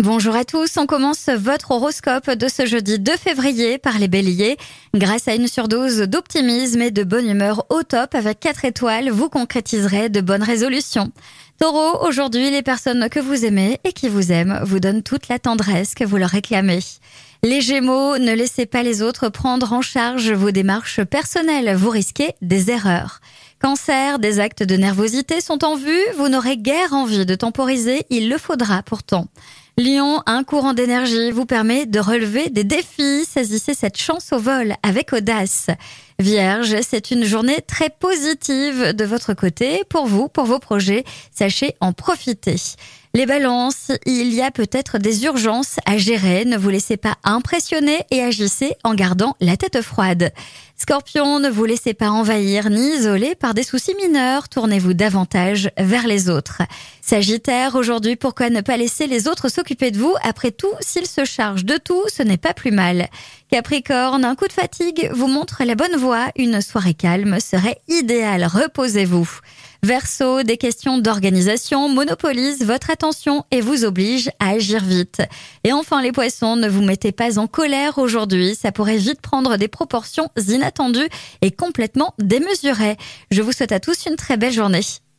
Bonjour à tous, on commence votre horoscope de ce jeudi 2 février par les béliers. Grâce à une surdose d'optimisme et de bonne humeur au top avec 4 étoiles, vous concrétiserez de bonnes résolutions. Taureau, aujourd'hui, les personnes que vous aimez et qui vous aiment vous donnent toute la tendresse que vous leur réclamez. Les Gémeaux, ne laissez pas les autres prendre en charge vos démarches personnelles, vous risquez des erreurs. Cancer, des actes de nervosité sont en vue, vous n'aurez guère envie de temporiser, il le faudra pourtant. Lion, un courant d'énergie vous permet de relever des défis, saisissez cette chance au vol avec audace. Vierge, c'est une journée très positive de votre côté, pour vous, pour vos projets, sachez en profiter. Les balances, il y a peut-être des urgences à gérer, ne vous laissez pas impressionner et agissez en gardant la tête froide. Scorpion, ne vous laissez pas envahir ni isoler par des soucis mineurs, tournez-vous davantage vers les autres. Sagittaire, aujourd'hui, pourquoi ne pas laisser les autres s'occuper de vous? Après tout, s'ils se chargent de tout, ce n'est pas plus mal. Capricorne, un coup de fatigue vous montre la bonne voie, une soirée calme serait idéale, reposez-vous. Verseau, des questions d'organisation monopolisent votre attention et vous obligent à agir vite. Et enfin les poissons, ne vous mettez pas en colère aujourd'hui, ça pourrait vite prendre des proportions inattendues et complètement démesurées. Je vous souhaite à tous une très belle journée.